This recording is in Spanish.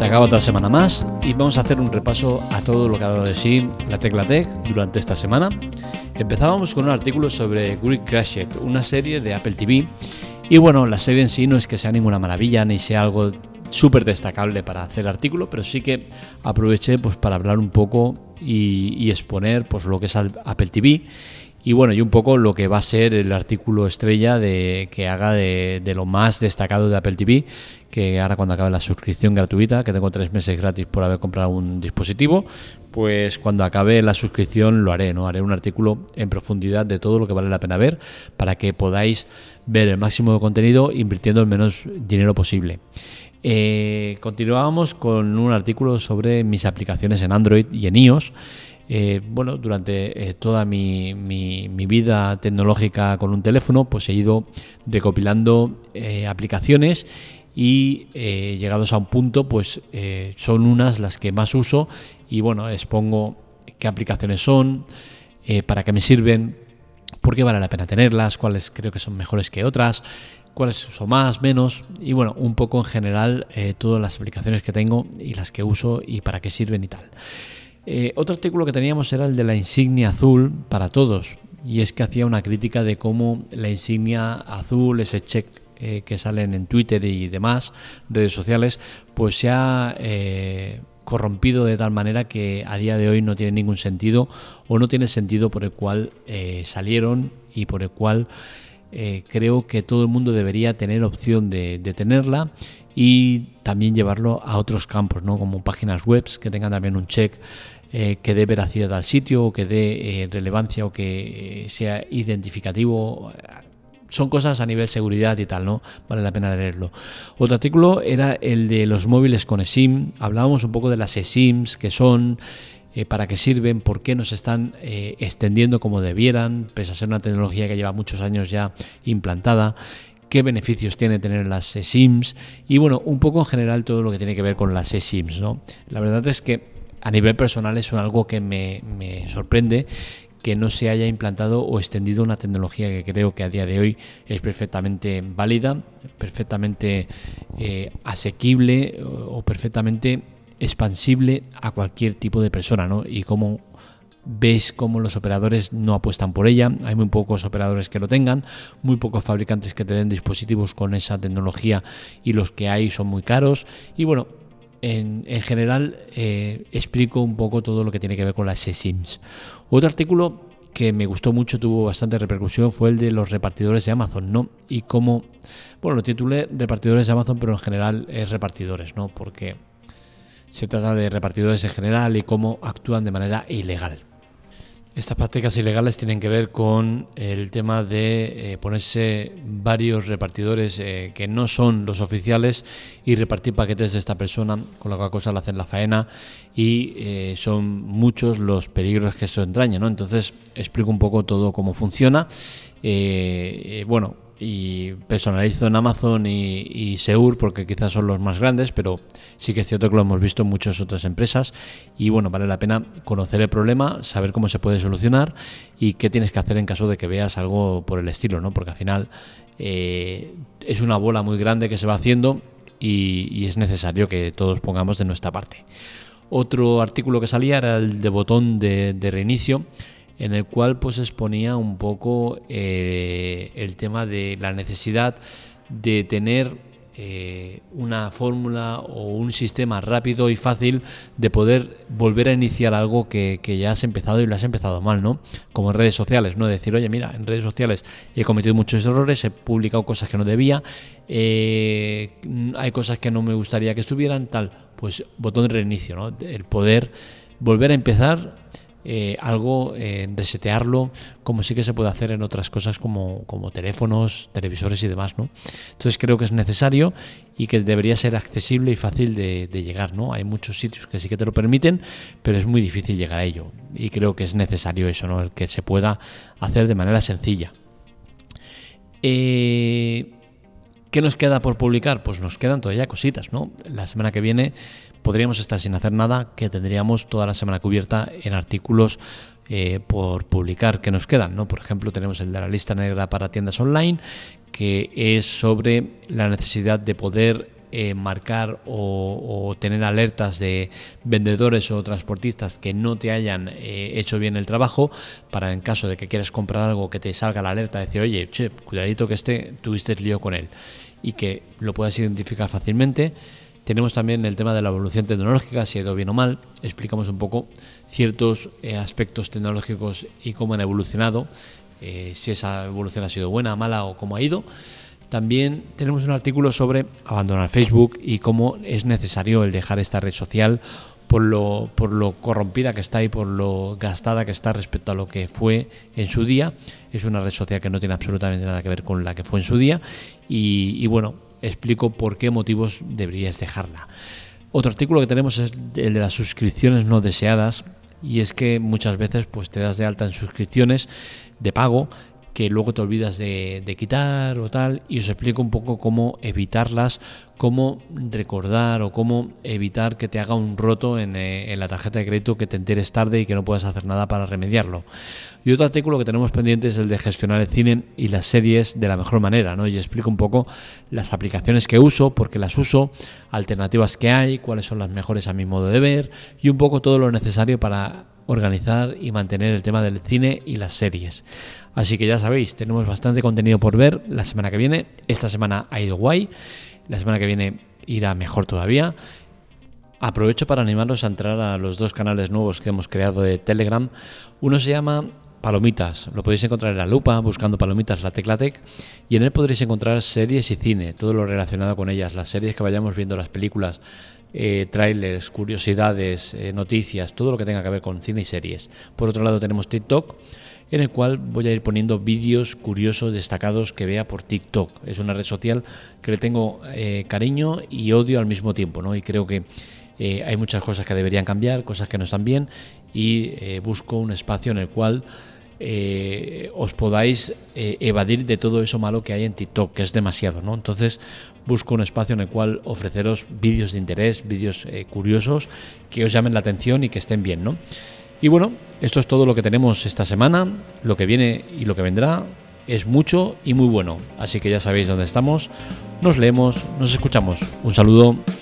acaba otra semana más y vamos a hacer un repaso a todo lo que ha dado de sí la Tecla Tech durante esta semana. Empezábamos con un artículo sobre Great Crashed, una serie de Apple TV. Y bueno, la serie en sí no es que sea ninguna maravilla ni sea algo súper destacable para hacer artículo, pero sí que aproveché pues para hablar un poco y exponer pues lo que es Apple TV. Y bueno, y un poco lo que va a ser el artículo estrella que haga de lo más destacado de Apple TV, que ahora cuando acabe la suscripción gratuita, que tengo 3 meses gratis por haber comprado un dispositivo, pues cuando acabe la suscripción lo haré, ¿no? Haré un artículo en profundidad de todo lo que vale la pena ver para que podáis ver el máximo de contenido invirtiendo el menos dinero posible. Continuábamos con un artículo sobre mis aplicaciones en Android y en iOS. Bueno, durante toda mi vida tecnológica con un teléfono, pues he ido recopilando aplicaciones y llegados a un punto, pues son unas las que más uso y bueno, expongo qué aplicaciones son, para qué me sirven, por qué vale la pena tenerlas, cuáles creo que son mejores que otras, cuáles uso más, menos y bueno, un poco en general todas las aplicaciones que tengo y las que uso y para qué sirven y tal. Otro artículo que teníamos era el de la insignia azul para todos, y es que hacía una crítica de cómo la insignia azul, ese check que salen en Twitter y demás redes sociales, pues se ha corrompido de tal manera que a día de hoy no tiene ningún sentido o no tiene sentido por el cual salieron y por el cual creo que todo el mundo debería tener opción de tenerla y también llevarlo a otros campos, ¿no? Como páginas web que tengan también un check que dé veracidad al sitio o que dé relevancia o que sea identificativo. Son cosas a nivel seguridad y tal, ¿no? Vale la pena leerlo. Otro artículo era el de los móviles con eSIM. Hablábamos un poco de las eSIMs, que son, para qué sirven, por qué no se están extendiendo como debieran, pese a ser una tecnología que lleva muchos años ya implantada, qué beneficios tiene tener las eSIMs y bueno, un poco en general todo lo que tiene que ver con las eSIMs, ¿no? La verdad es que a nivel personal es algo que me sorprende que no se haya implantado o extendido una tecnología que creo que a día de hoy es perfectamente válida, perfectamente asequible o perfectamente expansible a cualquier tipo de persona, ¿no? Y cómo veis cómo los operadores no apuestan por ella, hay muy pocos operadores que lo tengan, muy pocos fabricantes que te den dispositivos con esa tecnología y los que hay son muy caros y bueno, en general explico un poco todo lo que tiene que ver con las eSIMs. Otro artículo que me gustó mucho, tuvo bastante repercusión, fue el de los repartidores de Amazon, ¿no? Y cómo, bueno, lo titulé repartidores de Amazon, pero en general es repartidores, ¿no? Porque se trata de repartidores en general y cómo actúan de manera ilegal. Estas prácticas ilegales tienen que ver con el tema de ponerse varios repartidores que no son los oficiales y repartir paquetes de esta persona, con la cual cosa le hacen la faena y son muchos los peligros que esto entraña, ¿no? Entonces explico un poco todo cómo funciona. Bueno, y personalizo en Amazon y Seur porque quizás son los más grandes, pero sí que es cierto que lo hemos visto en muchas otras empresas y bueno, vale la pena conocer el problema, saber cómo se puede solucionar y qué tienes que hacer en caso de que veas algo por el estilo, ¿no? Porque al final es una bola muy grande que se va haciendo y es necesario que todos pongamos de nuestra parte. Otro artículo que salía era el de botón de reinicio, en el cual pues exponía un poco el tema de la necesidad de tener una fórmula o un sistema rápido y fácil de poder volver a iniciar algo que ya has empezado y lo has empezado mal, ¿no? Como en redes sociales, ¿no? Decir, oye, mira, en redes sociales he cometido muchos errores, he publicado cosas que no debía, hay cosas que no me gustaría que estuvieran, tal, pues botón de reinicio, ¿no? El poder volver a empezar algo, resetearlo, como sí que se puede hacer en otras cosas como teléfonos, televisores y demás, ¿no? Entonces creo que es necesario y que debería ser accesible y fácil de llegar, ¿no? Hay muchos sitios que sí que te lo permiten, pero es muy difícil llegar a ello y creo que es necesario eso, ¿no? El que se pueda hacer de manera sencilla. ¿Qué nos queda por publicar? Pues nos quedan todavía cositas, ¿no? La semana que viene podríamos estar sin hacer nada, que tendríamos toda la semana cubierta en artículos por publicar que nos quedan, ¿no? Por ejemplo, tenemos el de la lista negra para tiendas online, que es sobre la necesidad de poder marcar o tener alertas de vendedores o transportistas que no te hayan hecho bien el trabajo, para en caso de que quieras comprar algo que te salga la alerta, decir, oye, cuidadito que tuviste lío con él, y que lo puedas identificar fácilmente. Tenemos también el tema de la evolución tecnológica, si ha ido bien o mal. Explicamos un poco ciertos aspectos tecnológicos y cómo han evolucionado, si esa evolución ha sido buena, mala o cómo ha ido. También tenemos un artículo sobre abandonar Facebook y cómo es necesario el dejar esta red social por lo corrompida que está y por lo gastada que está respecto a lo que fue en su día. Es una red social que no tiene absolutamente nada que ver con la que fue en su día y bueno, explico por qué motivos deberías dejarla. Otro artículo que tenemos es el de las suscripciones no deseadas, y es que muchas veces pues te das de alta en suscripciones de pago que luego te olvidas de quitar o tal, y os explico un poco cómo evitarlas, cómo recordar o cómo evitar que te haga un roto en la tarjeta de crédito, que te enteres tarde y que no puedas hacer nada para remediarlo. Y otro artículo que tenemos pendiente es el de gestionar el cine y las series de la mejor manera, ¿no? Y explico un poco las aplicaciones que uso, por qué las uso, alternativas que hay, cuáles son las mejores a mi modo de ver, y un poco todo lo necesario para organizar y mantener el tema del cine y las series. Así que ya sabéis, tenemos bastante contenido por ver la semana que viene. Esta semana ha ido guay, la semana que viene irá mejor todavía. Aprovecho para animaros a entrar a los 2 canales nuevos que hemos creado de Telegram. Uno se llama Palomitas, lo podéis encontrar en la lupa buscando Palomitas la Tecla Tech, y en él podréis encontrar series y cine, todo lo relacionado con ellas, las series que vayamos viendo, las películas, trailers, curiosidades, noticias, todo lo que tenga que ver con cine y series. Por otro lado tenemos TikTok, en el cual voy a ir poniendo vídeos curiosos destacados que vea por TikTok. Es una red social que le tengo cariño y odio al mismo tiempo, ¿no? Y creo que hay muchas cosas que deberían cambiar, cosas que no están bien, y busco un espacio en el cual os podáis evadir de todo eso malo que hay en TikTok, que es demasiado, ¿no? Entonces busco un espacio en el cual ofreceros vídeos de interés, vídeos curiosos que os llamen la atención y que estén bien, ¿no? Y bueno, esto es todo lo que tenemos esta semana. Lo que viene y lo que vendrá es mucho y muy bueno, así que ya sabéis dónde estamos. Nos leemos, nos escuchamos. Un saludo.